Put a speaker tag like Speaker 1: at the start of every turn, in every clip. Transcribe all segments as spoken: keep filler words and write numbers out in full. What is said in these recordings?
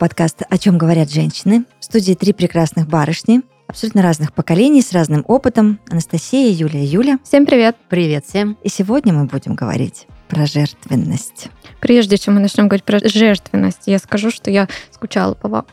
Speaker 1: подкаст «О чем говорят женщины». В студии три прекрасных барышни, абсолютно разных поколений, с разным опытом. Анастасия, Юлия, Юля.
Speaker 2: Всем привет.
Speaker 3: Привет всем.
Speaker 1: И сегодня мы будем говорить про жертвенность.
Speaker 2: Прежде чем мы начнем говорить про жертвенность, я скажу, что я скучала по вам.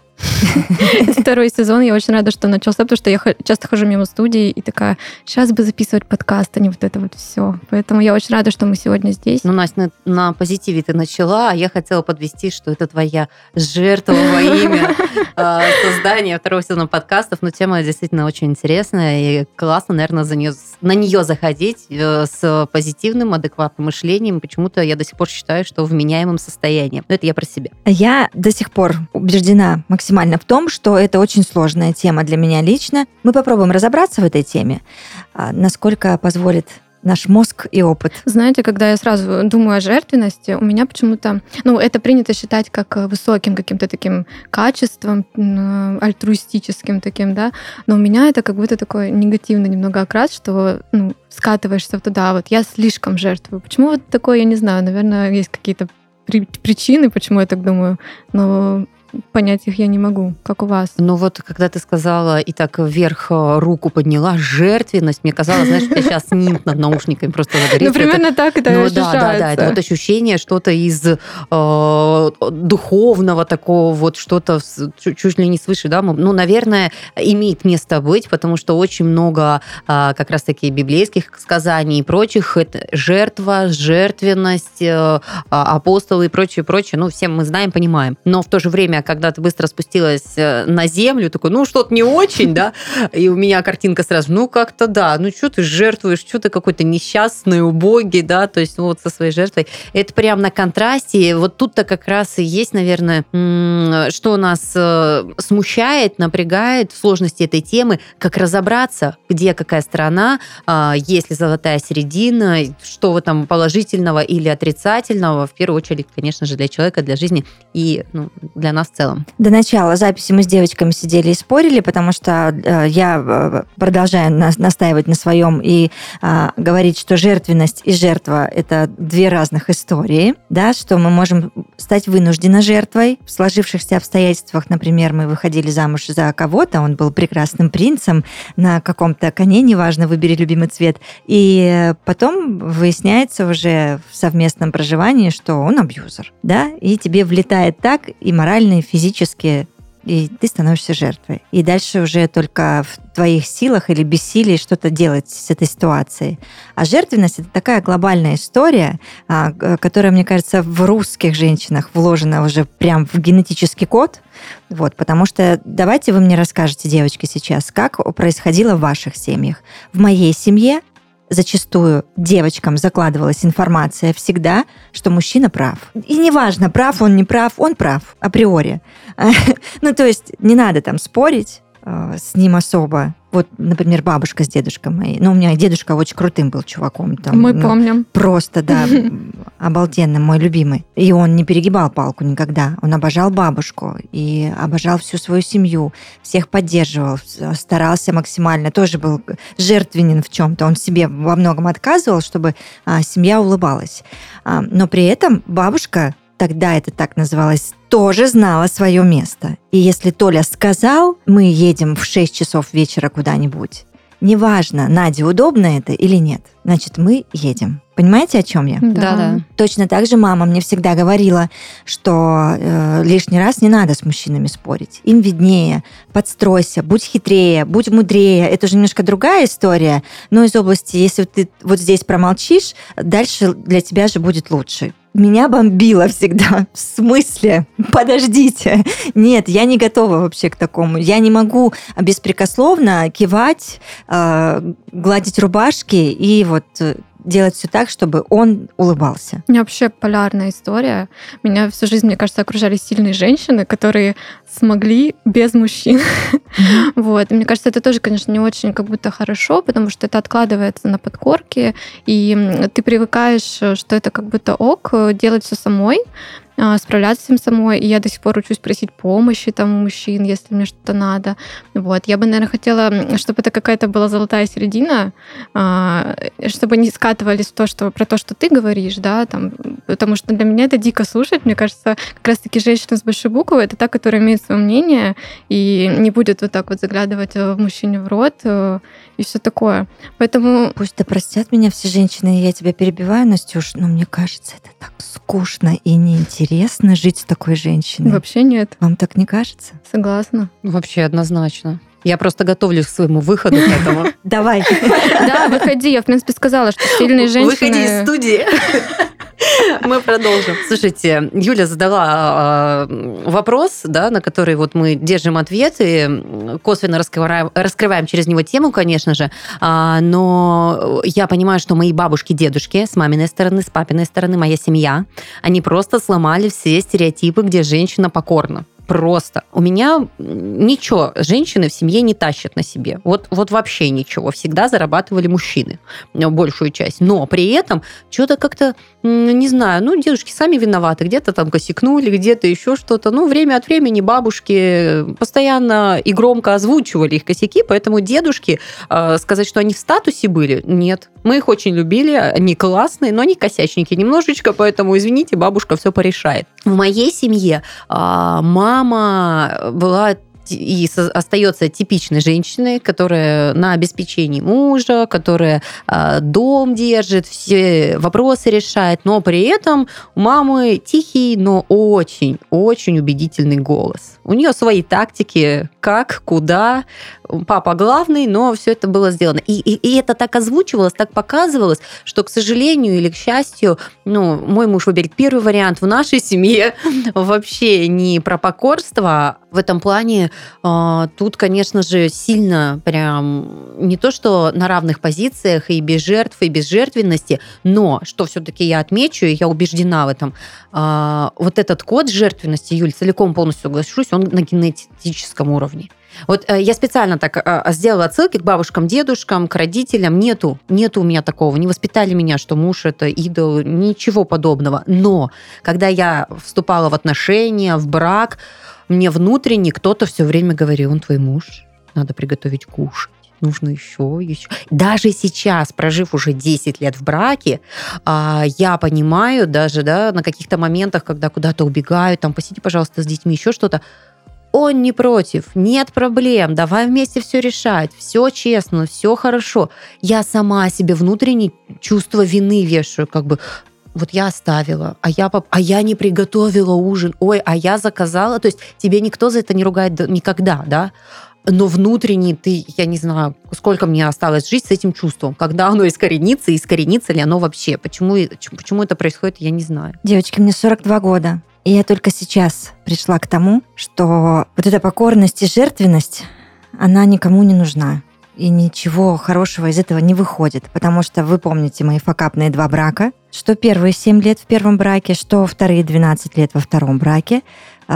Speaker 2: Второй сезон, я очень рада, что начался, потому что я часто хожу мимо студии и такая, сейчас бы записывать подкаст, а не вот это вот все. Поэтому я очень рада, что мы сегодня здесь.
Speaker 3: Ну, Настя, на, на позитиве ты начала, а я хотела подвести, что это твоя жертва во имя создания второго сезона подкастов. Но тема действительно очень интересная и классно, наверное, за нее, на нее заходить с позитивным, адекватным мышлением. Почему-то я до сих пор считаю, что вменяемым состоянием. Но это я про себя.
Speaker 1: Я до сих пор убеждена максимально в том, что это очень сложная тема для меня лично. Мы попробуем разобраться в этой теме, насколько позволит наш мозг и опыт.
Speaker 2: Знаете, когда я сразу думаю о жертвенности, у меня почему-то, ну, это принято считать как высоким каким-то таким качеством, альтруистическим таким, да, но у меня это как будто такой негативный немного окрас, что, ну, скатываешься туда, вот я слишком жертвую. Почему вот такое, я не знаю, наверное, есть какие-то причины, почему я так думаю, но понять их я не могу, как у вас.
Speaker 3: Ну вот, когда ты сказала и так вверх руку подняла, жертвенность, мне казалось, знаешь, что сейчас нимб над наушниками просто загорится.
Speaker 2: Ну, примерно это, так это
Speaker 3: ну,
Speaker 2: ощущается.
Speaker 3: Да, да, да, это вот ощущение что-то из э, духовного такого, вот что-то чуть, чуть ли не свыше, да, ну, наверное, имеет место быть, потому что очень много э, как раз-таки библейских сказаний и прочих, это жертва, жертвенность, э, апостолы и прочее, прочее, ну, всем мы знаем, понимаем. Но в то же время, когда ты быстро спустилась на землю, такой, ну, что-то не очень, да, и у меня картинка сразу, ну, как-то да, ну, что ты жертвуешь, что ты какой-то несчастный, убогий, да, то есть вот со своей жертвой. Это прям на контрасте, вот тут-то как раз и есть, наверное, что нас смущает, напрягает в сложности этой темы, как разобраться, где какая сторона, есть ли золотая середина, что в этом положительного или отрицательного, в первую очередь, конечно же, для человека, для жизни и, ну, для нас в целом.
Speaker 1: До начала записи мы с девочками сидели и спорили, потому что э, я продолжаю на, настаивать на своем и э, говорить, что жертвенность и жертва – это две разных истории, да, что мы можем стать вынуждены жертвой. В сложившихся обстоятельствах, например, мы выходили замуж за кого-то, он был прекрасным принцем на каком-то коне, неважно, выбери любимый цвет, и потом выясняется уже в совместном проживании, что он абьюзер, да, и тебе влетает так и морально, и физически, и ты становишься жертвой. И дальше уже только в твоих силах или бессилии что-то делать с этой ситуацией. А жертвенность – это такая глобальная история, которая, мне кажется, в русских женщинах вложена уже прям в генетический код. Вот, потому что давайте вы мне расскажете, девочки, сейчас, как происходило в ваших семьях. В моей семье зачастую девочкам закладывалась информация всегда, что мужчина прав. И неважно, прав он, не прав, он прав априори. Ну, то есть не надо там спорить с ним особо. Вот, например, бабушка с дедушкой моей. Ну, у меня дедушка очень крутым был чуваком. Там,
Speaker 2: Мы
Speaker 1: ну,
Speaker 2: помним.
Speaker 1: Просто, да, обалденным, мой любимый. И он не перегибал палку никогда. Он обожал бабушку и обожал всю свою семью. Всех поддерживал, старался максимально. Тоже был жертвенен в чем-то. Он себе во многом отказывал, чтобы а, семья улыбалась. А, но при этом бабушка, тогда это так называлось, тоже знала свое место. И если Толя сказал, мы едем в шесть часов вечера куда-нибудь, неважно, Наде удобно это или нет, значит, мы едем. Понимаете, о чем я?
Speaker 2: Да, да.
Speaker 1: Точно так же мама мне всегда говорила, что э, лишний раз не надо с мужчинами спорить. Им виднее, подстройся, будь хитрее, будь мудрее. Это уже немножко другая история, но из области, если ты вот здесь промолчишь, дальше для тебя же будет лучше. Меня бомбило всегда. В смысле? Подождите. Нет, я не готова вообще к такому. Я не могу беспрекословно кивать, э, гладить рубашки и вот делать все так, чтобы он улыбался.
Speaker 2: У меня вообще полярная история. Меня всю жизнь, мне кажется, окружали сильные женщины, которые смогли без мужчин. Mm-hmm. Вот. И мне кажется, это тоже, конечно, не очень как будто хорошо, потому что это откладывается на подкорке, и ты привыкаешь, что это как будто ок, делать все самой. справляться с этим самой, и я до сих пор учусь просить помощи там у мужчин, если мне что-то надо. Вот. Я бы, наверное, хотела, чтобы это какая-то была золотая середина, чтобы не скатывались в то, что, про то, что ты говоришь, да, там, потому что для меня это дико слушать. Мне кажется, как раз-таки женщина с большой буквы — это та, которая имеет свое мнение и не будет вот так вот заглядывать в мужчине в рот и все такое. Поэтому...
Speaker 1: Пусть да простят меня все женщины, я тебя перебиваю, Настюш, но мне кажется, это так скучно и неинтересно жить с такой женщиной.
Speaker 2: Вообще нет.
Speaker 1: Вам так не кажется?
Speaker 2: Согласна.
Speaker 3: Вообще однозначно. Я просто готовлюсь к своему выходу к этому.
Speaker 1: Давай.
Speaker 2: Да, выходи. Я, в принципе, сказала, что сильные женщины...
Speaker 3: Выходи из студии. Мы продолжим. Слушайте, Юля задала вопрос, да, на который вот мы держим ответ и косвенно раскрываем, раскрываем через него тему, конечно же. Но я понимаю, что мои бабушки, дедушки с маминой стороны, с папиной стороны, моя семья, они просто сломали все стереотипы, где женщина покорна. Просто. У меня ничего женщины в семье не тащат на себе. Вот, вот вообще ничего. Всегда зарабатывали мужчины большую часть. Но при этом что-то как-то, не знаю, ну, дедушки сами виноваты. Где-то там косякнули, где-то еще что-то. Ну, время от времени бабушки постоянно и громко озвучивали их косяки, поэтому дедушки, э, сказать, что они в статусе были, нет. Мы их очень любили, они классные, но они косячники немножечко, поэтому, извините, бабушка все порешает. В моей семье э, мама Мама была и остается типичной женщиной, которая на обеспечении мужа, которая э, дом держит, все вопросы решает, но при этом у мамы тихий, но очень-очень убедительный голос. У нее свои тактики, как, куда. Папа главный, но все это было сделано. И, и, и это так озвучивалось, так показывалось, что, к сожалению или к счастью, ну, мой муж выберет первый вариант. В нашей семье вообще не про покорство. В этом плане э, тут, конечно же, сильно прям не то, что на равных позициях и без жертв, и без жертвенности, но, что все-таки я отмечу, и я убеждена в этом, э, вот этот код жертвенности, Юль, целиком полностью соглашусь, он на генетическом уровне. Вот э, я специально так э, сделала отсылки к бабушкам, дедушкам, к родителям. Нету, нету у меня такого. Не воспитали меня, что муж – это идол, ничего подобного. Но когда я вступала в отношения, в брак, мне внутренне кто-то все время говорил: он твой муж, надо приготовить кушать. Нужно еще, еще. Даже сейчас, прожив уже десять лет в браке, я понимаю даже, да, на каких-то моментах, когда куда-то убегаю, там, посиди, пожалуйста, с детьми, еще что-то, он не против, нет проблем, давай вместе все решать, все честно, все хорошо. Я сама себе внутренне чувство вины вешаю, как бы, вот я оставила, а я, а я не приготовила ужин, ой, а я заказала. То есть тебе никто за это не ругает никогда, да? Но внутренне ты, я не знаю, сколько мне осталось жить с этим чувством, когда оно искоренится, и искоренится ли оно вообще. Почему, почему это происходит, я не знаю.
Speaker 1: Девочки, мне сорок два года. И я только сейчас пришла к тому, что вот эта покорность и жертвенность, она никому не нужна. И ничего хорошего из этого не выходит. Потому что вы помните мои факапные два брака. Что первые семь лет в первом браке, что вторые двенадцать лет во втором браке.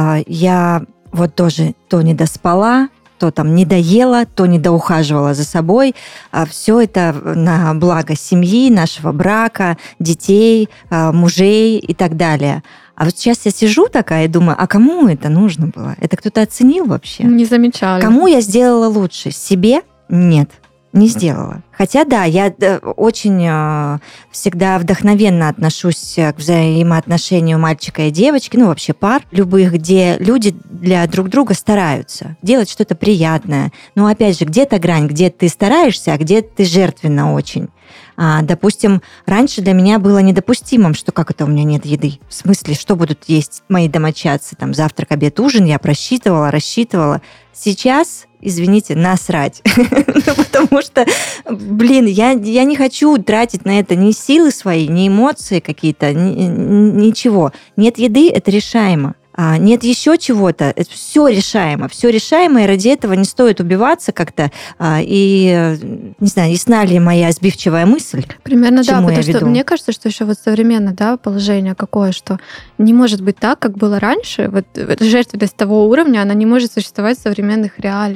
Speaker 1: Я вот тоже то не доспала, то там не доела, то не доухаживала за собой. Все это на благо семьи, нашего брака, детей, мужей и так далее. А вот сейчас я сижу такая и думаю, а кому это нужно было? Это кто-то оценил вообще?
Speaker 2: Не замечали.
Speaker 1: Кому я сделала лучше? Себе? Нет, не сделала. Хотя, да, я очень всегда вдохновенно отношусь к взаимоотношению мальчика и девочки, ну, вообще пар любых, где люди для друг друга стараются делать что-то приятное. Но, опять же, где-то грань, где ты стараешься, а где ты жертвенно очень. А, допустим, раньше для меня было недопустимым, что как это у меня нет еды? В смысле, что будут есть мои домочадцы? Там завтрак, обед, ужин я просчитывала, рассчитывала. Сейчас, извините, насрать. Потому что, блин, я, я не хочу тратить на это ни силы свои, ни эмоции какие-то, ни, ничего. Нет еды, это решаемо. А нет еще чего-то, это все решаемо, все решаемо, и ради этого не стоит убиваться как-то. А, и, не знаю, ясна ли моя сбивчивая мысль?
Speaker 2: Примерно, да, потому что мне кажется, что еще вот современное, да, положение какое, что не может быть так, как было раньше. Вот жертвенность того уровня, она не может существовать в современных реалиях.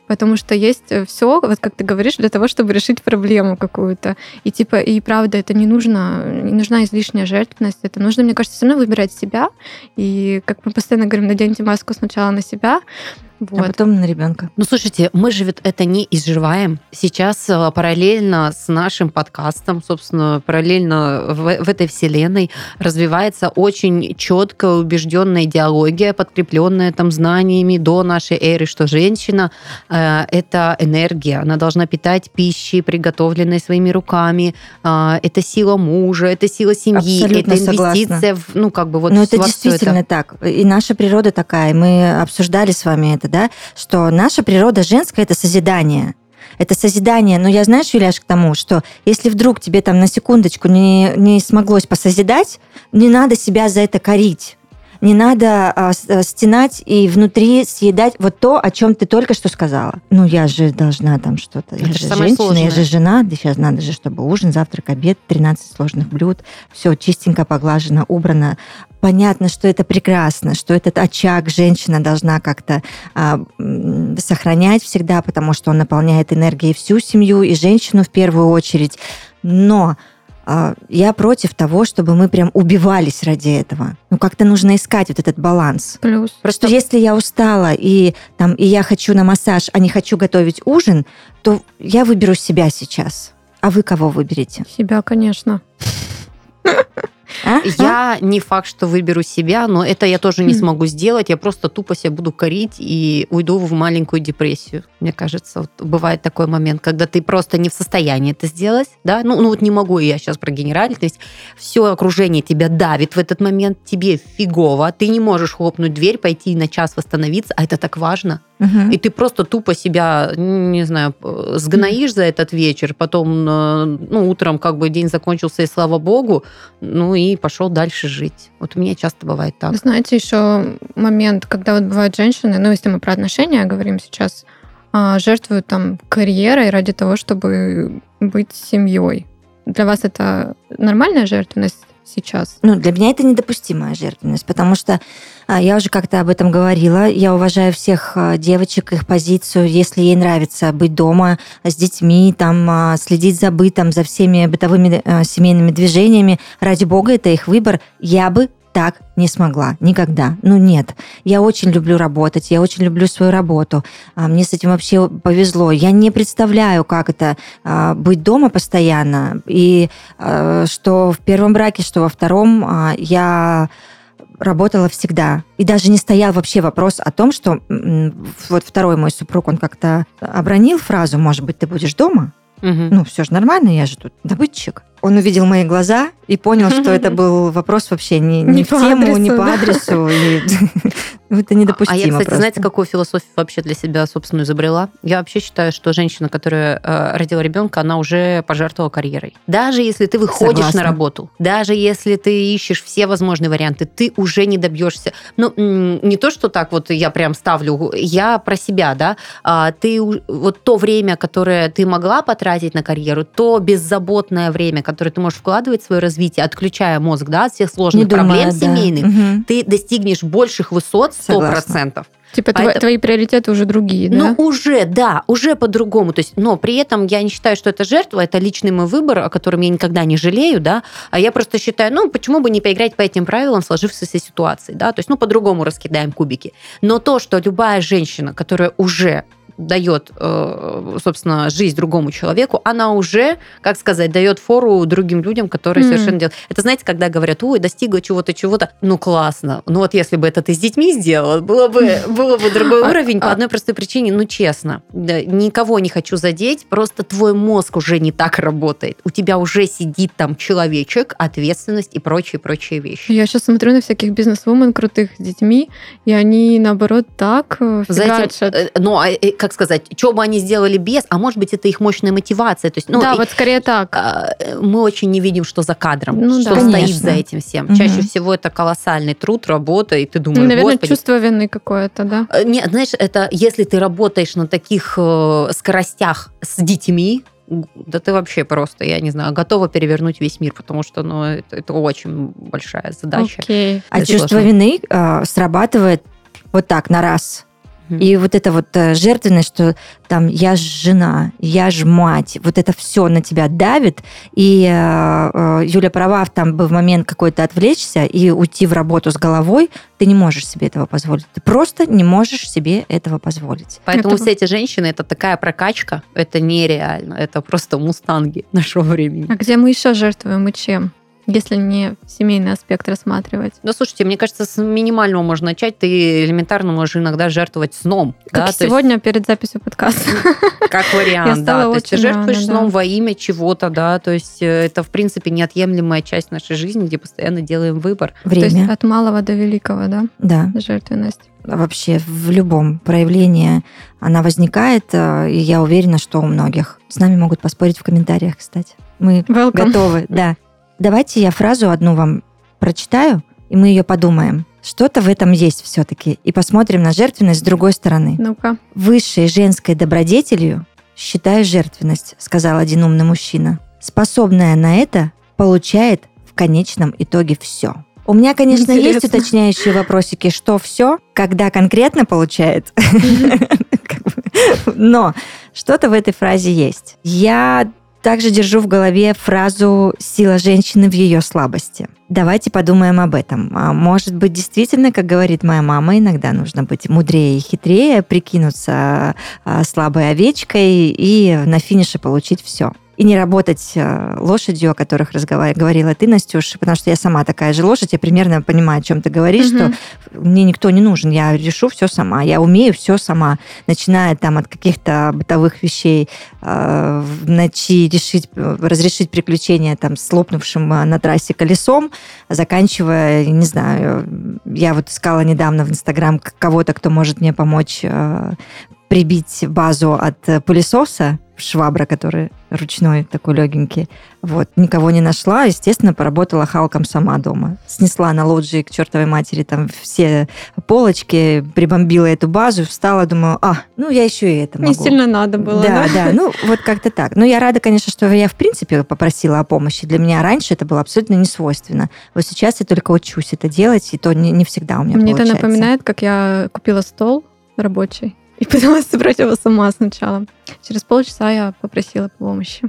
Speaker 2: Потому что есть все, вот как ты говоришь, для того, чтобы решить проблему какую-то. И типа, и правда, это не нужно, не нужна излишняя жертвенность. Это нужно, мне кажется, все равно выбирать себя. И, как мы постоянно говорим, наденьте маску сначала на себя, вот.
Speaker 1: А потом на ребенка.
Speaker 3: Ну, слушайте, мы же ведь это не изживаем. Сейчас параллельно с нашим подкастом, собственно, параллельно в, в этой вселенной развивается очень четкая убежденная идеология, подкрепленная там знаниями до нашей эры, что женщина э, – это энергия, она должна питать пищей, приготовленной своими руками, э, это сила мужа, это сила семьи,
Speaker 1: абсолютно
Speaker 3: это инвестиция в, ну, как бы вот.
Speaker 1: Но это действительно это. Так. И наша природа такая. Мы обсуждали с вами это, да, что наша природа женская – это созидание. Это созидание. Но я, знаешь, Юляш, к тому, что если вдруг тебе там на секундочку не, не смоглось посозидать, не надо себя за это корить. Не надо а, стенать и внутри съедать вот то, о чем ты только что сказала. Ну, я же должна там что-то. Я
Speaker 3: Это
Speaker 1: же
Speaker 3: самое
Speaker 1: женщина,
Speaker 3: сложное.
Speaker 1: я же жена. Да сейчас надо же, чтобы ужин, завтрак, обед, тринадцать сложных блюд. Все чистенько, поглажено, убрано. Понятно, что это прекрасно, что этот очаг женщина должна как-то а, сохранять всегда, потому что он наполняет энергией всю семью и женщину в первую очередь. Но я против того, чтобы мы прям убивались ради этого. Ну, как-то нужно искать вот этот баланс.
Speaker 2: Плюс.
Speaker 1: Просто если я устала, и, там, и я хочу на массаж, а не хочу готовить ужин, то я выберу себя сейчас. А вы кого выберете?
Speaker 2: Себя, конечно.
Speaker 1: А?
Speaker 3: Я а? не факт, что выберу себя, но это я тоже не смогу сделать. Я просто тупо себя буду корить и уйду в маленькую депрессию. Мне кажется, вот бывает такой момент, когда ты просто не в состоянии это сделать. Да? Ну, ну вот не могу я сейчас прогенералить. То есть все окружение тебя давит в этот момент, тебе фигово, ты не можешь хлопнуть дверь, пойти на час восстановиться, а это так важно.
Speaker 1: Угу.
Speaker 3: И ты просто тупо себя, не знаю, сгноишь за этот вечер, потом, ну, утром как бы день закончился, и слава богу, ну и пошел дальше жить. Вот у меня часто бывает так.
Speaker 2: Вы знаете, еще момент, когда вот бывают женщины, ну, если мы про отношения говорим сейчас, жертвуют там карьерой ради того, чтобы быть семьей. Для вас это нормальная жертвенность сейчас?
Speaker 1: Ну, для меня это недопустимая жертвенность, потому что а, я уже как-то об этом говорила. Я уважаю всех а, девочек, их позицию. Если ей нравится быть дома с детьми, там, а, следить за бытом, за всеми бытовыми а, семейными движениями, ради бога, это их выбор. Я бы так не смогла. Никогда. Ну, нет. Я очень люблю работать, я очень люблю свою работу. Мне с этим вообще повезло. Я не представляю, как это быть дома постоянно. И что в первом браке, что во втором я работала всегда. И даже не стоял вообще вопрос о том, что вот второй мой супруг, он как-то обронил фразу, может быть, ты будешь дома? Угу. Ну, все же нормально, я же тут добытчик. Он увидел мои глаза и понял, что это был вопрос вообще не, не, не в тему, адресу, не да? по адресу. И... это недопустимо.
Speaker 3: А я, кстати,
Speaker 1: просто.
Speaker 3: знаете, какую философию вообще для себя собственную изобрела? Я вообще считаю, что женщина, которая э, родила ребенка, она уже пожертвовала карьерой. Даже если ты выходишь Согласна. на работу, даже если ты ищешь все возможные варианты, ты уже не добьешься. Ну, не то, что так вот я прям ставлю, я про себя, да. А, ты вот то время, которое ты могла потратить на карьеру, то беззаботное время, которое ты можешь вкладывать в свое развитие, отключая мозг, да, от всех сложных не проблем думаю, семейных, да. угу. ты достигнешь больших высот сто процентов.
Speaker 2: Типа Поэтому... твои приоритеты уже другие, да?
Speaker 3: Ну, уже, да, уже по-другому. То есть, но при этом я не считаю, что это жертва, это личный мой выбор, о котором я никогда не жалею, да, а я просто считаю, ну, почему бы не поиграть по этим правилам в сложившейся ситуации, да, то есть, ну, по-другому раскидаем кубики. Но то, что любая женщина, которая уже дает, собственно, жизнь другому человеку, она уже, как сказать, дает фору другим людям, которые mm. совершенно делают. Это, знаете, когда говорят, ой, достигла чего-то, чего-то, ну, классно. Ну, вот если бы это ты с детьми сделала, было бы, было бы другой уровень по одной простой причине. Ну, честно, да, никого не хочу задеть, просто твой мозг уже не так работает. У тебя уже сидит там человечек, ответственность и прочие-прочие вещи.
Speaker 2: Я сейчас смотрю на всяких бизнес-вумен крутых с детьми, и они, наоборот, так фигачат.
Speaker 3: Ну, а как сказать, что бы они сделали без, а может быть, это их мощная мотивация. То есть, ну,
Speaker 2: да,
Speaker 3: и,
Speaker 2: вот скорее так.
Speaker 3: Мы очень не видим, что за кадром, ну, что
Speaker 1: да,
Speaker 3: стоит
Speaker 1: конечно.
Speaker 3: за этим всем.
Speaker 1: Угу.
Speaker 3: Чаще всего это колоссальный труд, работа, и ты думаешь,
Speaker 2: наверное,
Speaker 3: Господи.
Speaker 2: чувство вины какое-то, да?
Speaker 3: Нет, знаешь, это если ты работаешь на таких скоростях с детьми, да ты вообще просто, я не знаю, готова перевернуть весь мир, потому что, ну, это, это очень большая задача.
Speaker 2: Okay.
Speaker 1: А чувство вины э, срабатывает вот так, на раз. Mm-hmm. И вот эта вот жертвенность, что там я ж жена, я ж мать, вот это все на тебя давит. И э, Юля права, там бы в момент какой-то отвлечься и уйти в работу с головой, ты не можешь себе этого позволить. Ты просто не можешь себе этого позволить.
Speaker 3: Поэтому
Speaker 2: это...
Speaker 3: все эти женщины, это такая прокачка, это нереально, это просто мустанги нашего времени.
Speaker 2: А где мы еще жертвуем и чем? Если не семейный аспект рассматривать.
Speaker 3: Ну, слушайте, мне кажется, с минимального можно начать. Ты элементарно можешь иногда жертвовать сном.
Speaker 2: Как
Speaker 3: да?
Speaker 2: сегодня
Speaker 3: есть...
Speaker 2: перед записью подкаста.
Speaker 3: Как вариант, да. То есть ты жертвуешь сном во имя чего-то, да. То есть это, в принципе, неотъемлемая часть нашей жизни, где постоянно делаем выбор.
Speaker 1: Время.
Speaker 2: То есть от малого до великого, да?
Speaker 1: Да.
Speaker 2: Жертвенность.
Speaker 1: Вообще в любом проявлении она возникает, и я уверена, что у многих. С нами могут поспорить в комментариях, кстати. Мы
Speaker 2: Welcome.
Speaker 1: Готовы, да. Давайте я фразу одну вам прочитаю, и мы ее подумаем. Что-то в этом есть все-таки. И посмотрим на жертвенность с другой стороны.
Speaker 2: Ну-ка.
Speaker 1: Высшей женской добродетелью считаю жертвенность, сказал один умный мужчина. Способная на это получает в конечном итоге все. У меня, конечно,
Speaker 2: Интересно.
Speaker 1: есть уточняющие вопросики, что все, когда конкретно получает. Но что-то в этой фразе есть. Я также держу в голове фразу «сила женщины в ее слабости». Давайте подумаем об этом. Может быть, действительно, как говорит моя мама, иногда нужно быть мудрее и хитрее, прикинуться слабой овечкой и на финише получить все. И не работать лошадью, о которых разговар... говорила ты, Настюша, потому что я сама такая же лошадь, я примерно понимаю, о чем ты говоришь, mm-hmm. что мне никто не нужен, я решу все сама, я умею все сама, начиная там от каких-то бытовых вещей, э, в ночи решить, разрешить приключения там с лопнувшим на трассе колесом, заканчивая, не знаю, я вот искала недавно в Инстаграм кого-то, кто может мне помочь э, прибить базу от пылесоса, швабра, который ручной, такой легенький. Вот. Никого не нашла. Естественно, поработала Халком сама дома. Снесла на лоджии к чертовой матери там все полочки, прибомбила эту базу, встала, думаю, а, ну я еще и это могу.
Speaker 2: Не сильно надо было,
Speaker 1: да?
Speaker 2: Да,
Speaker 1: да, ну вот как-то так. Но я рада, конечно, что я в принципе попросила о помощи. Для меня раньше это было абсолютно не свойственно. Вот сейчас я только учусь это делать, и то не, не всегда у меня
Speaker 2: Мне
Speaker 1: получается.
Speaker 2: это напоминает, как я купила стол рабочий и пыталась собрать его сама сначала. Через полчаса я попросила помощи.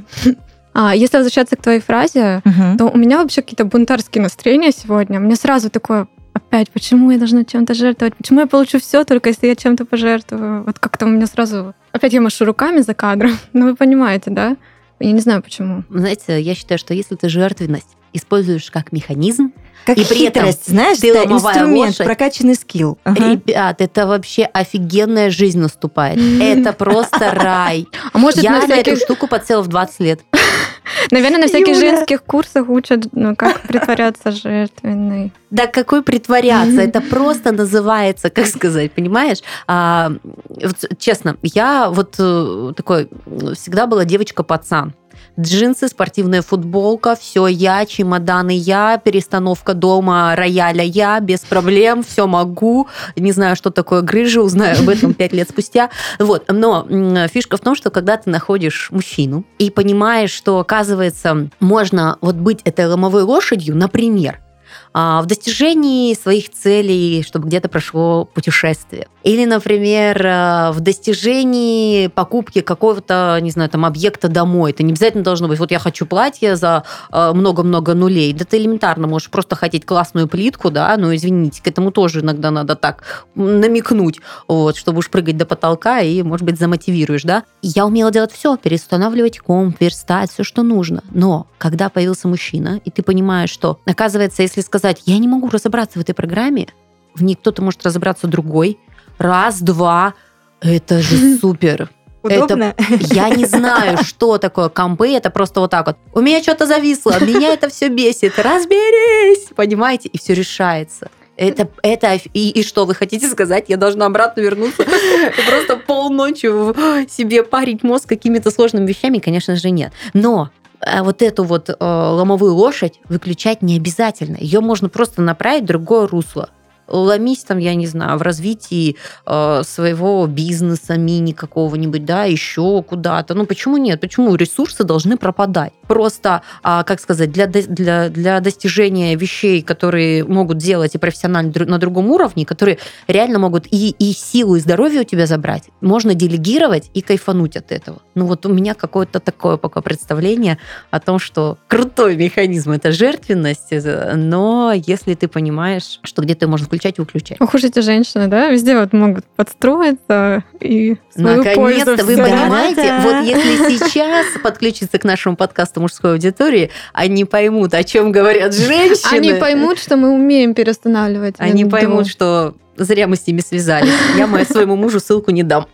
Speaker 2: А если возвращаться к твоей фразе, uh-huh. то у меня вообще какие-то бунтарские настроения сегодня. Мне сразу такое, опять, почему я должна чем-то жертвовать? Почему я получу все, только если я чем-то пожертвую? Вот как-то у меня сразу... Опять я машу руками за кадром. Ну, вы понимаете, да? Я не знаю, почему.
Speaker 3: Знаете, я считаю, что если ты жертвенность используешь как механизм,
Speaker 1: как
Speaker 3: и при этом
Speaker 1: хитрость, знаешь,
Speaker 3: ты
Speaker 1: это
Speaker 3: ломовая
Speaker 1: инструмент,
Speaker 3: лошадь.
Speaker 1: Прокачанный скилл. Ага.
Speaker 3: Ребят, это вообще офигенная жизнь наступает. Это просто рай.
Speaker 2: А может,
Speaker 3: я
Speaker 2: на,
Speaker 3: на
Speaker 2: всяких...
Speaker 3: эту штуку подсела в двадцать лет.
Speaker 2: Наверное, на всяких
Speaker 1: Юля.
Speaker 2: женских курсах учат, ну, как притворяться жертвенной.
Speaker 3: Да какой притворяться? Это просто называется, как сказать, понимаешь? А, вот, честно, я вот такой всегда была девочка-пацан. Джинсы, спортивная футболка, все я, чемоданы я, перестановка дома, рояля я, без проблем, все могу. Не знаю, что такое грыжа, узнаю об этом пять лет спустя. Вот. Но фишка в том, что когда ты находишь мужчину и понимаешь, что, оказывается, можно вот быть этой ломовой лошадью, например, в достижении своих целей, чтобы где-то прошло путешествие. Или, например, в достижении покупки какого-то, не знаю, там, объекта домой. Это не обязательно должно быть, вот я хочу платье за много-много нулей. Да ты элементарно можешь просто хотеть классную плитку, да, но, извините, к этому тоже иногда надо так намекнуть, вот, чтобы уж прыгать до потолка и, может быть, замотивируешь, да. Я умела делать все, переустанавливать комп, верстать, все, что нужно. Но когда появился мужчина, и ты понимаешь, что, оказывается, если сказать, я не могу разобраться в этой программе, в ней кто-то может разобраться другой, раз, два, это же супер.
Speaker 1: Удобно?
Speaker 3: Это, я не знаю, что такое компы, это просто вот так вот. У меня что-то зависло, меня это все бесит. Разберись, понимаете? И все решается. Это, это и, и что вы хотите сказать? Я должна обратно вернуться и просто полночи себе парить мозг какими-то сложными вещами? Конечно же, нет. Но вот эту вот э, ломовую лошадь выключать не обязательно. Ее можно просто направить в другое русло. ломись там, я не знаю, в развитии э, своего бизнеса, мини какого-нибудь, да, еще куда-то. Ну, почему нет? Почему ресурсы должны пропадать? Просто, э, как сказать, для, для, для достижения вещей, которые могут делать и профессионально на другом уровне, которые реально могут и, и силу, и здоровье у тебя забрать, можно делегировать и кайфануть от этого. Ну, вот у меня какое-то такое пока представление о том, что крутой механизм – это жертвенность, но если ты понимаешь, что где-то можно включать и выключать.
Speaker 2: Ох уж эти женщины, да, везде вот могут подстроиться и свою
Speaker 3: Наконец-то
Speaker 2: пользу
Speaker 3: вы
Speaker 2: взять.
Speaker 3: понимаете, да. Вот если сейчас подключиться к нашему подкасту мужской аудитории, они поймут, о чем говорят женщины.
Speaker 2: Они поймут, что мы умеем перестанавливать.
Speaker 3: Они
Speaker 2: винду.
Speaker 3: поймут, что зря мы с ними связались. Я моему своему мужу ссылку не дам.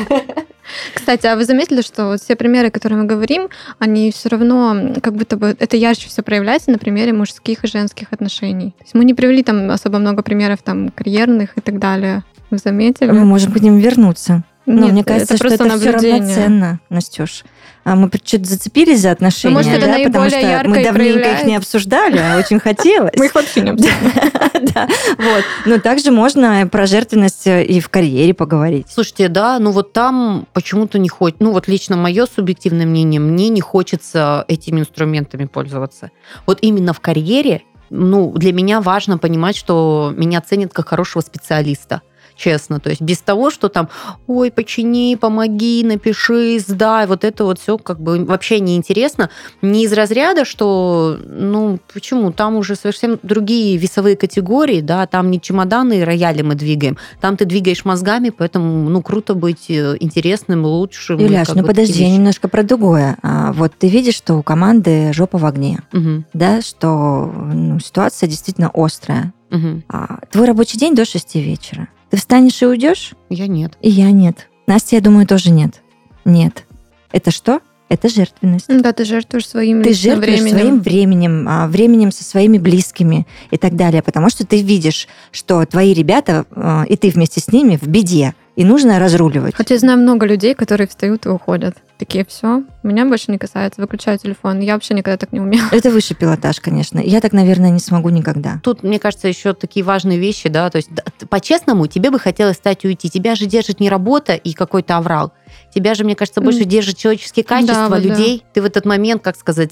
Speaker 2: Кстати, а вы заметили, что вот все примеры, которые мы говорим, они все равно как будто бы это ярче все проявляется на примере мужских и женских отношений. То есть мы не привели там особо много примеров там карьерных и так далее. Вы заметили?
Speaker 1: Мы можем к ним вернуться.
Speaker 2: Нет,
Speaker 1: Но мне кажется,
Speaker 2: это
Speaker 1: что это все
Speaker 2: наблюдение.
Speaker 1: равноценно, Настюш. А мы что-то зацепились за отношения,
Speaker 2: Ну, может, это
Speaker 1: да, потому
Speaker 2: наиболее
Speaker 1: что
Speaker 2: ярко
Speaker 1: мы
Speaker 2: и
Speaker 1: давненько
Speaker 2: проявляется.
Speaker 1: их не обсуждали, а очень хотелось.
Speaker 2: Мы их вообще не обсуждаем.
Speaker 1: Да, вот. Но также можно про жертвенность и в карьере поговорить.
Speaker 3: Слушайте, да, ну вот там почему-то не хочется, ну вот лично мое субъективное мнение, мне не хочется этими инструментами пользоваться. Вот именно в карьере, ну, для меня важно понимать, что меня ценят как хорошего специалиста. Честно, то есть без того, что там, ой, почини, помоги, напиши, сдай, вот это вот все как бы вообще неинтересно. Не из разряда, что, ну, почему, там уже совсем другие весовые категории, да, там не чемоданы и рояли мы двигаем, там ты двигаешь мозгами, поэтому, ну, круто быть интересным, лучшим.
Speaker 1: Юляш, ну подожди, я немножко про другое. А, вот ты видишь, что у команды жопа в огне,
Speaker 3: угу.
Speaker 1: да, что ну, ситуация действительно острая.
Speaker 3: Угу.
Speaker 1: А, твой рабочий день до шести вечера. Ты встанешь и уйдешь?
Speaker 3: Я нет.
Speaker 1: И я нет. Настя, я думаю, тоже нет. Нет. Это что? Это жертвенность.
Speaker 2: Да, ты жертвуешь своим
Speaker 1: Ты
Speaker 2: личным
Speaker 1: жертвуешь
Speaker 2: временем.
Speaker 1: своим временем, а, временем со своими близкими и так далее, потому что ты видишь, что твои ребята а, и ты вместе с ними в беде, и нужно разруливать.
Speaker 2: Хотя я знаю много людей, которые встают и уходят. Такие, все, меня больше не касается, выключаю телефон. Я вообще никогда так не умела.
Speaker 1: Это высший пилотаж, конечно. Я так, наверное, не смогу никогда.
Speaker 3: Тут, мне кажется, еще такие важные вещи, да, то есть да, по-честному тебе бы хотелось стать и уйти. Тебя же держит не работа и какой-то аврал. Тебя же, мне кажется, больше mm. держит человеческие качества
Speaker 2: да,
Speaker 3: людей. Да. Ты в этот момент, как сказать,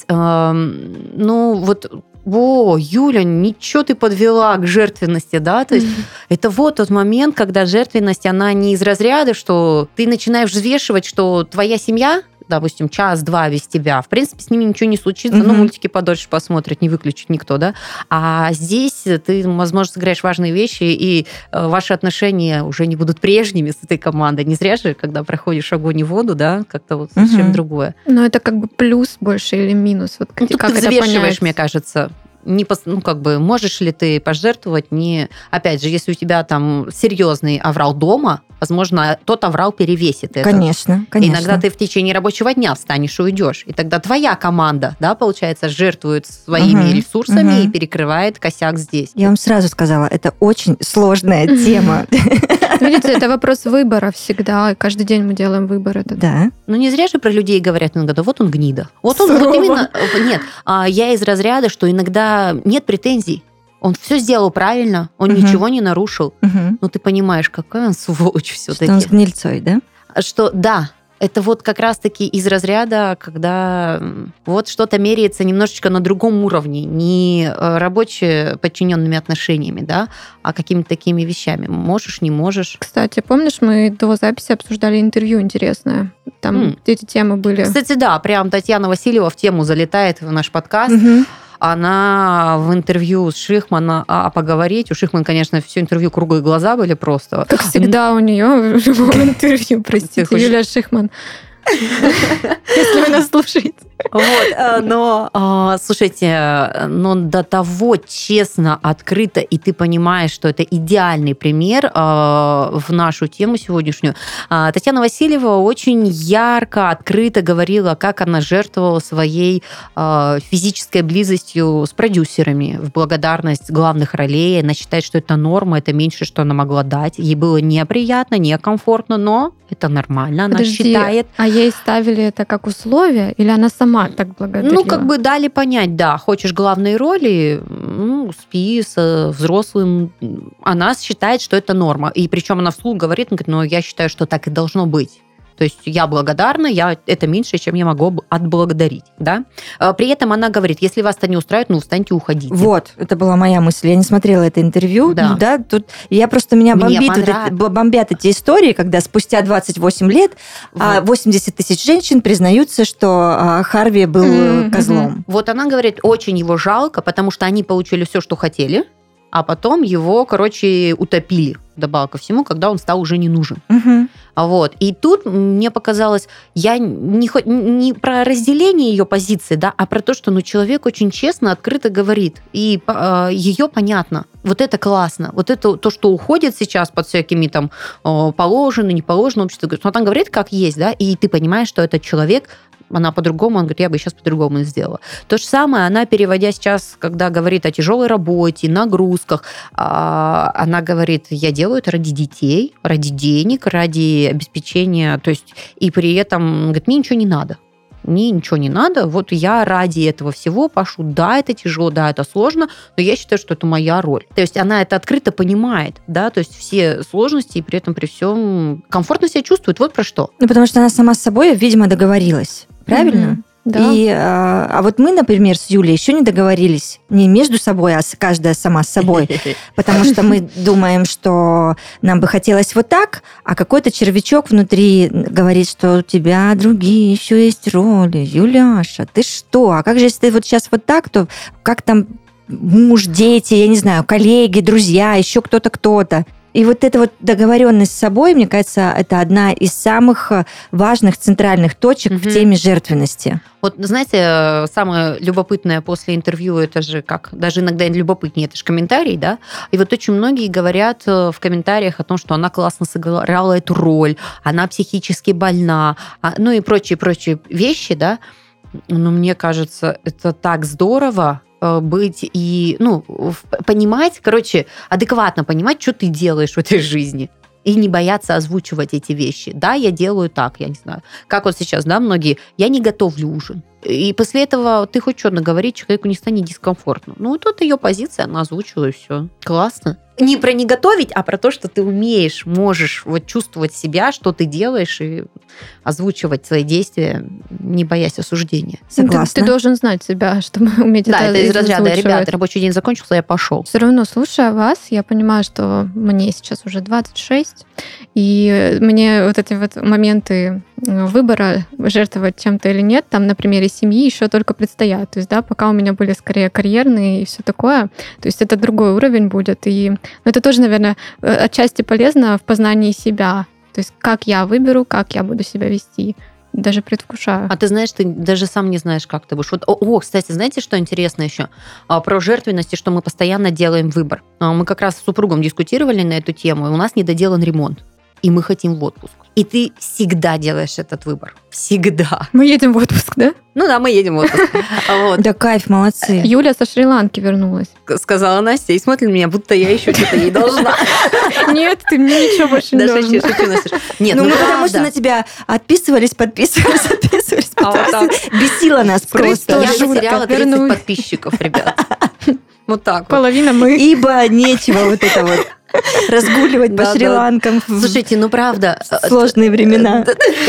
Speaker 3: эм, ну вот... О, Юля, ничего ты подвела к жертвенности, да? То есть mm-hmm. это вот тот момент, когда жертвенность, она не из разряда, что ты начинаешь взвешивать, что твоя семья, допустим, час-два без тебя, в принципе, с ними ничего не случится, mm-hmm. ну, мультики подольше посмотрят, не выключит никто, да? А здесь ты, возможно, сыграешь важные вещи, и ваши отношения уже не будут прежними с этой командой. Не зря же, когда проходишь огонь и воду, да, как-то вот совсем mm-hmm. другое.
Speaker 2: Но это как бы плюс больше или минус? Вот
Speaker 3: ну,
Speaker 2: как
Speaker 3: ты
Speaker 2: это
Speaker 3: взвешиваешь,
Speaker 2: понять?
Speaker 3: Мне кажется, не, ну, как бы, можешь ли ты пожертвовать, не... Опять же, если у тебя там серьезный аврал дома, возможно, тот аврал перевесит это.
Speaker 1: Конечно, конечно.
Speaker 3: Иногда ты в течение рабочего дня встанешь и уйдешь. И тогда твоя команда, да, получается, жертвует своими
Speaker 1: угу,
Speaker 3: ресурсами
Speaker 1: угу.
Speaker 3: и перекрывает косяк здесь.
Speaker 1: Я вам сразу сказала, это очень сложная тема.
Speaker 2: Видите, это вопрос выбора всегда. Каждый день мы делаем выбор этот.
Speaker 1: Да.
Speaker 3: Ну, не зря же про людей говорят иногда, да вот он гнида. Вот он вот именно... Нет, я из разряда, что иногда нет претензий. Он все сделал правильно, он угу. ничего не нарушил.
Speaker 1: Угу.
Speaker 3: Но ты понимаешь, какая он сволочь все-таки.
Speaker 1: Что он с гнильцой, да?
Speaker 3: Что, да, это вот как раз-таки из разряда, когда вот что-то меряется немножечко на другом уровне, не рабочие подчиненными отношениями, да, а какими-то такими вещами. Можешь, не можешь.
Speaker 2: Кстати, помнишь, мы до записи обсуждали интервью интересное? Там mm. эти темы были.
Speaker 3: Кстати, да, прям Татьяна Васильева в тему залетает в наш подкаст.
Speaker 2: Угу.
Speaker 3: Она в интервью с Шихманом, а поговорить, у Шихмана, конечно, все интервью круглые глаза были просто.
Speaker 2: Как всегда у нее в любом интервью, простите, Юлия Шихман. Если вы нас слушаете.
Speaker 3: Вот, но, слушайте, но до того честно, открыто, и ты понимаешь, что это идеальный пример в нашу тему сегодняшнюю. Татьяна Васильева очень ярко, открыто говорила, как она жертвовала своей физической близостью с продюсерами в благодарность главных ролей. Она считает, что это норма, это меньше, что она могла дать. Ей было неприятно, некомфортно, но это нормально, она
Speaker 2: Подожди,
Speaker 3: считает.
Speaker 2: А ей ставили это как условие, или она сама так благодарила?
Speaker 3: Ну, как бы дали понять, да, хочешь главные роли, ну, спи с взрослым. Она считает, что это норма. И причем она вслух говорит, она говорит, ну, я считаю, что так и должно быть. То есть я благодарна, я, это меньше, чем я могу отблагодарить. Да? При этом она говорит, если вас это не устраивает, ну, встаньте и уходите.
Speaker 1: Вот, это была моя мысль. Я не смотрела это интервью.
Speaker 3: Да.
Speaker 1: Ну, да, тут я просто меня бомбит, вот это, бомбят эти истории, когда спустя двадцать восемь лет вот. восемьдесят тысяч женщин признаются, что Харви был mm-hmm. козлом.
Speaker 3: Вот она говорит, очень его жалко, потому что они получили все, что хотели, а потом его, короче, утопили, добавок ко всему, когда он стал уже не нужен.
Speaker 1: Угу.
Speaker 3: Вот. И тут мне показалось, я не, не про разделение ее позиции, да, а про то, что ну, человек очень честно, открыто говорит, и э, ее понятно. Вот это классно. Вот это то, что уходит сейчас под всякими там положено, не положено общество. Но она говорит, как есть, да, и ты понимаешь, что этот человек, она по-другому, он говорит, я бы сейчас по-другому сделала. То же самое, она, переводя сейчас, когда говорит о тяжелой работе, нагрузках, она говорит, я делаю это ради детей, ради денег, ради обеспечения, то есть, и при этом, говорит, мне ничего не надо. Мне ничего не надо, вот я ради этого всего пошу. Да, это тяжело, да, это сложно, но я считаю, что это моя роль. То есть она это открыто понимает, да, то есть все сложности, и при этом при всем комфортно себя чувствует. Вот про что.
Speaker 1: Ну, потому что она сама с собой, видимо, договорилась. Правильно?
Speaker 2: Mm-hmm. Да.
Speaker 1: И, а, а вот мы, например, с Юлей еще не договорились не между собой, а каждая сама с собой, потому что мы думаем, что нам бы хотелось вот так, а какой-то червячок внутри говорит, что у тебя другие еще есть роли. Юляша, ты что? А как же, если ты вот сейчас вот так, то как там муж, дети, я не знаю, коллеги, друзья, еще кто-то, кто-то. И вот эта вот договоренность с собой, мне кажется, это одна из самых важных центральных точек угу. в теме жертвенности.
Speaker 3: Вот, знаете, самое любопытное после интервью, это же как, даже иногда любопытнее, это же комментарий, да? И вот очень многие говорят в комментариях о том, что она классно сыграла эту роль, она психически больна, ну и прочие-прочие вещи, да? Но мне кажется, это так здорово, быть и, ну, понимать, короче, адекватно понимать, что ты делаешь в этой жизни. И не бояться озвучивать эти вещи. Да, я делаю так, я не знаю. Как вот сейчас, да, многие, я не готовлю ужин. И после этого ты хоть что-то говорить, человеку не станет дискомфортно. Ну, и тут ее позиция, она озвучила, и все. Классно. Не про не готовить, а про то, что ты умеешь, можешь вот чувствовать себя, что ты делаешь, и озвучивать свои действия, не боясь осуждения.
Speaker 1: Согласна.
Speaker 2: Ты, ты должен знать себя, чтобы уметь
Speaker 3: да,
Speaker 2: это
Speaker 3: Да, это из разряда, ребята, рабочий день закончился, я пошел.
Speaker 2: Все равно, слушая вас, я понимаю, что мне сейчас уже двадцать шесть, и мне вот эти вот моменты выбора, жертвовать чем-то или нет, там на примере семьи еще только предстоят. То есть, да, пока у меня были скорее карьерные и все такое, то есть это другой уровень будет. И ну, это тоже, наверное, отчасти полезно в познании себя. То есть как я выберу, как я буду себя вести. Даже предвкушаю.
Speaker 3: А ты знаешь, ты даже сам не знаешь, как ты будешь. Вот, о, о, кстати, знаете, что интересно еще? Про жертвенность, что мы постоянно делаем выбор. Мы как раз с супругом дискутировали на эту тему, и у нас недоделан ремонт. И мы хотим в отпуск. И ты всегда делаешь этот выбор. Всегда.
Speaker 2: Мы едем в отпуск, да?
Speaker 3: Ну да, мы едем в отпуск. Вот.
Speaker 1: Да кайф, молодцы.
Speaker 2: Юля со Шри-Ланки вернулась.
Speaker 3: Сказала Настя и смотрит на меня, будто я еще что-то ей должна.
Speaker 2: Нет, ты мне ничего больше не должна.
Speaker 3: Да, шучу, Настя. Нет,
Speaker 1: ну мы потому что на тебя отписывались, подписывались, отписывались. Бесила нас просто.
Speaker 3: Я потеряла тридцать подписчиков, ребят. Вот так.
Speaker 2: Половина мы.
Speaker 1: Ибо нечего вот это вот разгуливать по Шри-Ланкам.
Speaker 3: Слушайте, ну правда.
Speaker 1: В сложные времена.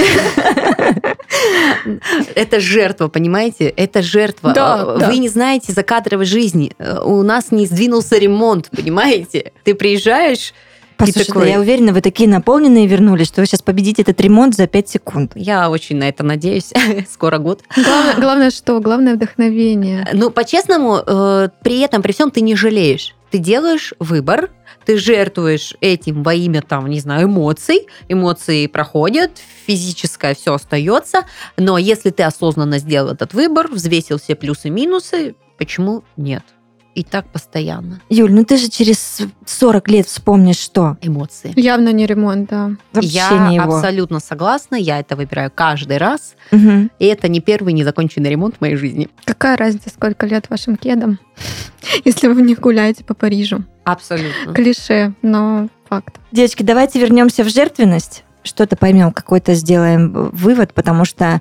Speaker 3: Это жертва, понимаете? Это жертва.
Speaker 2: Да,
Speaker 3: Вы
Speaker 2: да.
Speaker 3: не знаете закадровой жизни. У нас не сдвинулся ремонт, понимаете? Ты приезжаешь...
Speaker 1: Послушайте,
Speaker 3: такой...
Speaker 1: я уверена, вы такие наполненные вернулись, что вы сейчас победите этот ремонт за пять секунд.
Speaker 3: Я очень на это надеюсь. Скоро год.
Speaker 2: Главное, главное что? Главное вдохновение.
Speaker 3: Ну, по-честному, э, при этом, при всем ты не жалеешь. Ты делаешь выбор, ты жертвуешь этим во имя, там, не знаю, эмоций. Эмоции проходят, физическое все остается. Но если ты осознанно сделал этот выбор, взвесил все плюсы и минусы, почему нет? И так постоянно.
Speaker 1: Юль, ну ты же через сорок лет вспомнишь, что?
Speaker 3: Эмоции.
Speaker 2: Явно не ремонт, да.
Speaker 1: Вообще
Speaker 3: я
Speaker 1: не его.
Speaker 3: абсолютно согласна, я это выбираю каждый раз.
Speaker 1: Угу.
Speaker 3: И это не первый незаконченный ремонт в моей жизни.
Speaker 2: Какая разница, сколько лет вашим кедам, если вы в них гуляете по Парижу?
Speaker 3: Абсолютно.
Speaker 2: Клише, но факт.
Speaker 1: Девочки, давайте вернемся в жертвенность. что-то поймем, какой-то сделаем вывод, потому что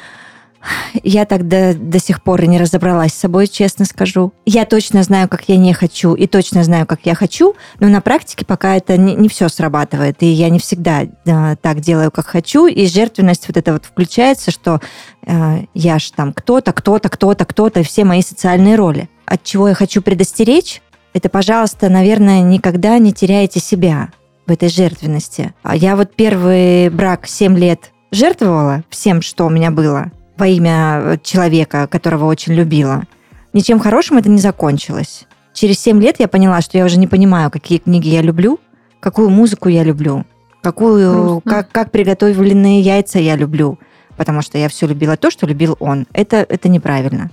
Speaker 1: я так до, до сих пор и не разобралась с собой, честно скажу. Я точно знаю, как я не хочу, и точно знаю, как я хочу, но на практике пока это не, не все срабатывает, и я не всегда э, так делаю, как хочу, и жертвенность вот эта вот включается, что э, я ж там кто-то, кто-то, кто-то, кто-то, и все мои социальные роли. От чего я хочу предостеречь, это, пожалуйста, наверное, никогда не теряйте себя в этой жертвенности. Я вот первый брак семь лет жертвовала всем, что у меня было, во имя человека, которого очень любила. Ничем хорошим это не закончилось. Через семь лет я поняла, что я уже не понимаю, какие книги я люблю, какую музыку я люблю, какую, как, как приготовленные яйца я люблю, потому что я все любила то, что любил он. Это, это неправильно.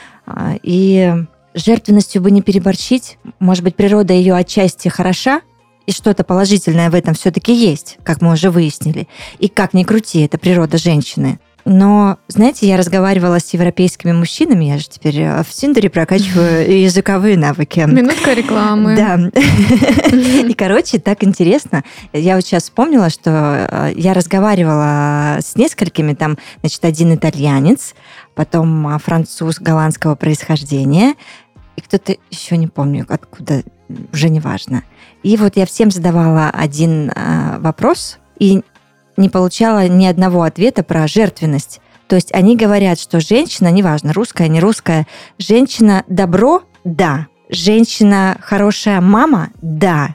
Speaker 1: И жертвенностью бы не переборщить. Может быть, природа ее отчасти хороша, и что-то положительное в этом все-таки есть, как мы уже выяснили. И как ни крути, это природа женщины. Но, знаете, я разговаривала с европейскими мужчинами, я же теперь в Тиндере прокачиваю языковые навыки.
Speaker 2: Минутка рекламы.
Speaker 1: Да. И, короче, так интересно. Я вот сейчас вспомнила, что я разговаривала с несколькими, там, значит, один итальянец, потом француз голландского происхождения, и кто-то еще не помню, откуда, уже не важно. И вот я всем задавала один вопрос, и не получала ни одного ответа про жертвенность. То есть они говорят, что женщина, неважно, русская, не русская, женщина добро – да. Женщина хорошая мама – да.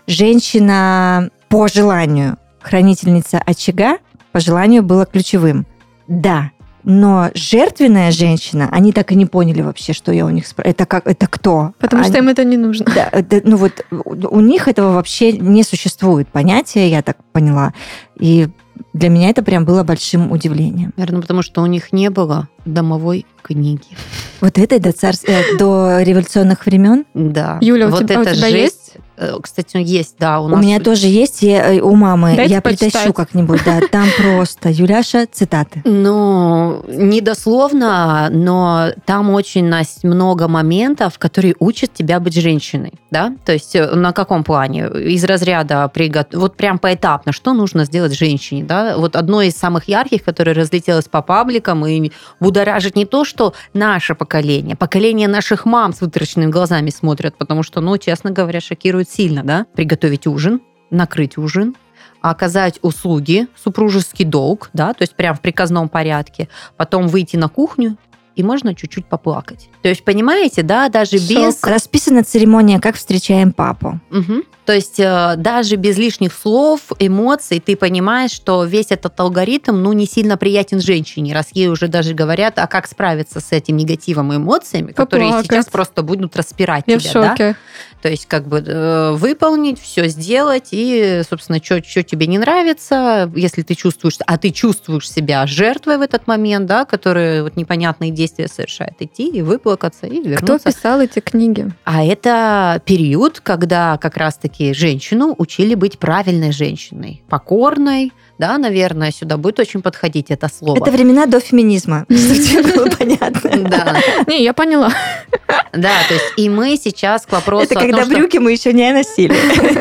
Speaker 1: Женщина по желанию хранительница очага по желанию было ключевым – да. Но жертвенная женщина, они так и не поняли вообще, что я у них спрашиваю. Это как, это кто?
Speaker 2: Потому
Speaker 1: они...
Speaker 2: что им это не нужно.
Speaker 1: Да, да, ну вот у них этого вообще не существует понятия, я так поняла. И для меня это прям было большим удивлением.
Speaker 3: Наверное, потому что у них не было домовой книги.
Speaker 1: Вот этой до, царств... до революционных времен?
Speaker 3: Да.
Speaker 2: Юля,
Speaker 3: вот
Speaker 2: у тебя,
Speaker 3: это
Speaker 2: у тебя
Speaker 3: жесть.
Speaker 2: есть?
Speaker 3: Кстати, есть, да. У,
Speaker 1: у
Speaker 3: нас...
Speaker 1: меня тоже есть, я, у мамы.
Speaker 2: Дайте
Speaker 1: я
Speaker 2: почитать.
Speaker 1: притащу как-нибудь, да. Там просто, Юляша, цитаты.
Speaker 3: Ну, не дословно, но там очень, Настя, много моментов, которые учат тебя быть женщиной, да? То есть на каком плане? Из разряда приготовить, вот прям поэтапно, что нужно сделать женщине, да? Вот одно из самых ярких, которое разлетелось по пабликам и будоражит не то, что наше поколение, поколение наших мам с вытаращенными глазами смотрят, потому что, ну, честно говоря, шокирует сильно, да? Приготовить ужин, накрыть ужин, оказать услуги, супружеский долг, да, то есть прям в приказном порядке, потом выйти на кухню, и можно чуть-чуть поплакать. То есть, понимаете, да, даже
Speaker 1: Шок.
Speaker 3: без...
Speaker 1: Расписана церемония «Как встречаем папу».
Speaker 3: Угу. То есть, даже без лишних слов, эмоций, ты понимаешь, что весь этот алгоритм, ну, не сильно приятен женщине, раз ей уже даже говорят, а как справиться с этим негативом и эмоциями,
Speaker 2: Поплакать.
Speaker 3: которые сейчас просто будут распирать
Speaker 2: Я
Speaker 3: тебя,
Speaker 2: в шоке.
Speaker 3: да? То есть, как бы э, выполнить, все сделать, и, собственно, что тебе не нравится, если ты чувствуешь, а ты чувствуешь себя жертвой в этот момент, да, который вот непонятные действия совершает, идти и выплакаться, и вернуться.
Speaker 2: Кто писал эти книги?
Speaker 3: А это период, когда как раз-таки женщину учили быть правильной женщиной, покорной, да, наверное, сюда будет очень подходить это слово.
Speaker 1: Это времена до феминизма, чтобы тебе было понятно.
Speaker 3: Да.
Speaker 2: Не, я поняла.
Speaker 3: Да, то есть и мы сейчас к вопросу
Speaker 1: Это
Speaker 3: о
Speaker 1: когда
Speaker 3: том, что
Speaker 1: брюки мы еще не носили.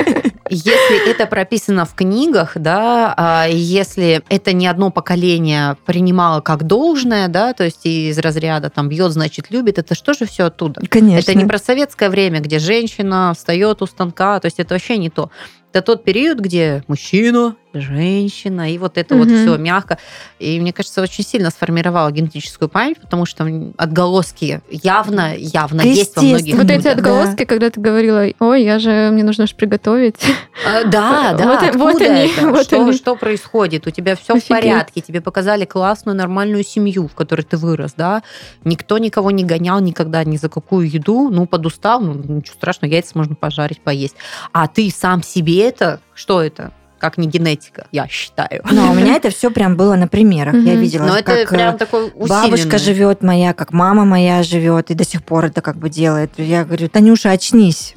Speaker 3: если это прописано в книгах, да, если это не одно поколение принимало как должное, да, то есть из разряда там бьет, значит любит, это что же все оттуда?
Speaker 1: Конечно.
Speaker 3: Это не про советское время, где женщина встает у станка, то есть это вообще не то. Это тот период, где мужчина, женщина, и вот это
Speaker 2: Мгм.
Speaker 3: вот все мягко. И мне кажется, очень сильно сформировало генетическую память, потому что отголоски явно, явно есть во многих
Speaker 2: Вот эти
Speaker 3: людях.
Speaker 2: отголоски, когда ты говорила, ой, я же, мне нужно же приготовить.
Speaker 3: А, Да, да,
Speaker 2: Вот и-
Speaker 3: откуда
Speaker 2: вот они,
Speaker 3: это?
Speaker 2: вот
Speaker 3: что,
Speaker 2: они.
Speaker 3: что происходит? У тебя все в
Speaker 2: Офигеть.
Speaker 3: порядке, тебе показали классную, нормальную семью, в которой ты вырос, да? Никто никого не гонял никогда ни за какую еду, ну, подустал, ну, ничего страшного, яйца можно пожарить, поесть. А ты сам себе это, что это? Как не генетика, я считаю.
Speaker 1: Но у меня это все прям было на примерах. Я
Speaker 2: Мгм.
Speaker 1: видела,
Speaker 3: Но это
Speaker 1: как
Speaker 3: прям
Speaker 1: э,
Speaker 3: такой усиленный.
Speaker 1: бабушка живет моя, как мама моя живет, и до сих пор это как бы делает. Я говорю, Танюша, очнись.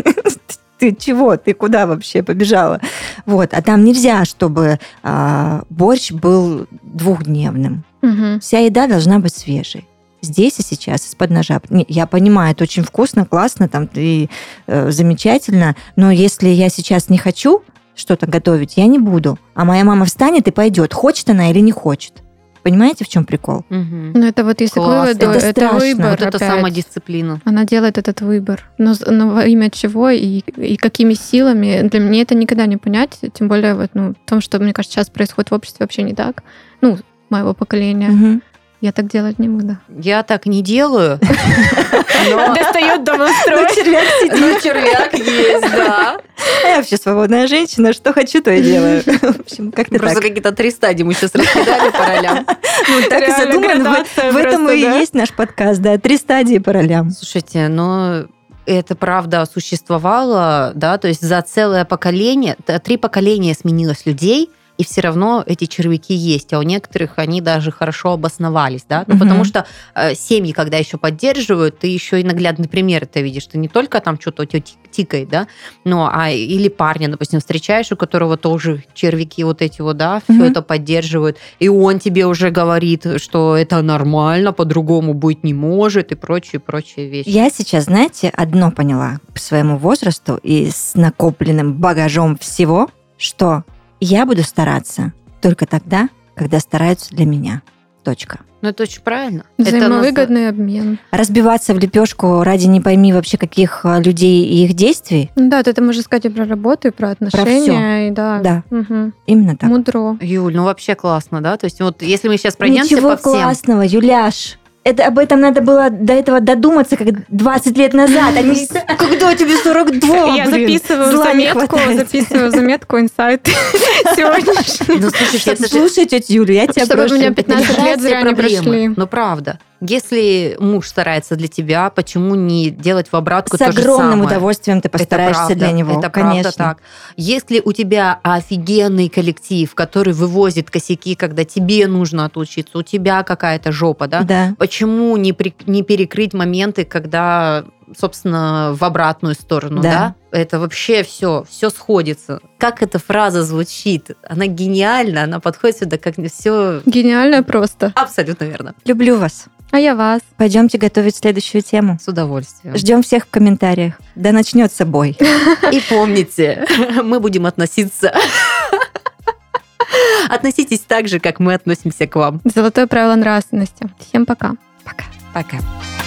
Speaker 1: Ты чего? Ты куда вообще побежала? Вот. А там нельзя, чтобы а, борщ был двухдневным.
Speaker 2: Мгм.
Speaker 1: Вся еда должна быть свежей. Здесь и сейчас, из-под ножа. Не, я понимаю, это очень вкусно, классно, там, и э, замечательно, но если я сейчас не хочу, что-то готовить, я не буду. А моя мама встанет и пойдет, хочет она или не хочет. Понимаете, в чем прикол?
Speaker 3: Угу.
Speaker 2: Ну, это вот если
Speaker 3: Класс.
Speaker 2: к выводу,
Speaker 1: Это
Speaker 2: это,
Speaker 1: страшно.
Speaker 2: выбор
Speaker 3: Вот это
Speaker 2: опять.
Speaker 3: самодисциплина.
Speaker 2: Она делает этот выбор. Но, но во имя чего и, и какими силами, для меня это никогда не понять. Тем более вот, ну, в том, что, мне кажется, сейчас происходит в обществе, вообще не так. Ну, моего поколения.
Speaker 1: Мгм.
Speaker 2: Я так делать не буду.
Speaker 3: Я так не делаю. Но
Speaker 2: Достает дома
Speaker 1: Ну,
Speaker 2: строй.
Speaker 1: червяк сидит.
Speaker 3: но червяк есть, да.
Speaker 1: А я вообще свободная женщина, что хочу, то и делаю. В общем, как-то
Speaker 3: Просто
Speaker 1: так.
Speaker 3: какие-то три стадии мы сейчас раскидали по ролям.
Speaker 1: Ну, так и
Speaker 2: Реально
Speaker 1: задумано.
Speaker 2: градация
Speaker 1: В этом
Speaker 2: просто,
Speaker 1: и
Speaker 2: да?
Speaker 1: есть наш подкаст, да. Три стадии по ролям.
Speaker 3: Слушайте, но это правда существовало, да, то есть за целое поколение, т- три поколения сменилось людей, и все равно эти червяки есть, а у некоторых они даже хорошо обосновались, да, ну,
Speaker 1: Мгм.
Speaker 3: потому что э, семьи, когда еще поддерживают, ты еще и наглядный пример это видишь, ты не только там что-то у тебя ти- тикает, да, ну, а или парня, допустим, встречаешь, у которого тоже червяки вот эти вот, да, все
Speaker 1: Мгм.
Speaker 3: это поддерживают, и он тебе уже говорит, что это нормально, по-другому быть не может и прочие, прочие вещи.
Speaker 1: Я сейчас, знаете, одно поняла по своему возрасту и с накопленным багажом всего, что я буду стараться только тогда, когда стараются для меня. Точка.
Speaker 3: Ну, это очень правильно. Это
Speaker 2: Взаимовыгодный обмен.
Speaker 1: Разбиваться в лепешку ради не пойми вообще каких а, людей и их действий,
Speaker 2: Ну да, это можно сказать и про работу, и про отношения. И да.
Speaker 1: да,
Speaker 2: Мгм.
Speaker 1: именно так.
Speaker 2: Мудро.
Speaker 3: Юль, ну вообще классно, да? То есть вот если мы сейчас пройдемся
Speaker 1: Ничего
Speaker 3: по всем...
Speaker 1: классного, Юляш. Это, об этом надо было до этого додуматься, как двадцать лет назад. Они с- Когда тебе сорок два,
Speaker 2: Я
Speaker 1: блин,
Speaker 2: записываю
Speaker 1: зла не
Speaker 2: заметку,
Speaker 1: хватает.
Speaker 2: записываю заметку, инсайт сегодняшний.
Speaker 3: Ну, слушайте, это же...
Speaker 1: Слушай, тетя Юля, я тебя
Speaker 2: Чтобы
Speaker 1: прошу.
Speaker 2: у меня
Speaker 1: это
Speaker 2: пятнадцать лет
Speaker 3: Решается
Speaker 2: зря не
Speaker 3: проблемы.
Speaker 2: прошли.
Speaker 3: Ну, правда. Если муж старается для тебя, почему не делать в обратку
Speaker 1: С
Speaker 3: то же
Speaker 1: огромным
Speaker 3: самое?
Speaker 1: удовольствием ты
Speaker 3: Это
Speaker 1: постараешься
Speaker 3: правда,
Speaker 1: для него.
Speaker 3: Это
Speaker 1: Конечно.
Speaker 3: правда так. Если у тебя офигенный коллектив, который вывозит косяки, когда тебе нужно отлучиться, у тебя какая-то жопа, да?
Speaker 1: Да.
Speaker 3: Почему не, при- не перекрыть моменты, когда, собственно, в обратную сторону,
Speaker 1: Да.
Speaker 3: да? Это вообще все, все сходится. Как эта фраза звучит? Она гениальна, она подходит сюда как все
Speaker 2: Гениально просто.
Speaker 3: абсолютно верно.
Speaker 1: Люблю вас.
Speaker 2: А я вас.
Speaker 1: Пойдемте готовить следующую тему.
Speaker 3: С удовольствием.
Speaker 1: Ждем всех в комментариях. Да начнется бой.
Speaker 3: И помните, мы будем относиться... Относитесь так же, как мы относимся к вам.
Speaker 2: Золотое правило нравственности. Всем пока.
Speaker 1: Пока.
Speaker 3: Пока.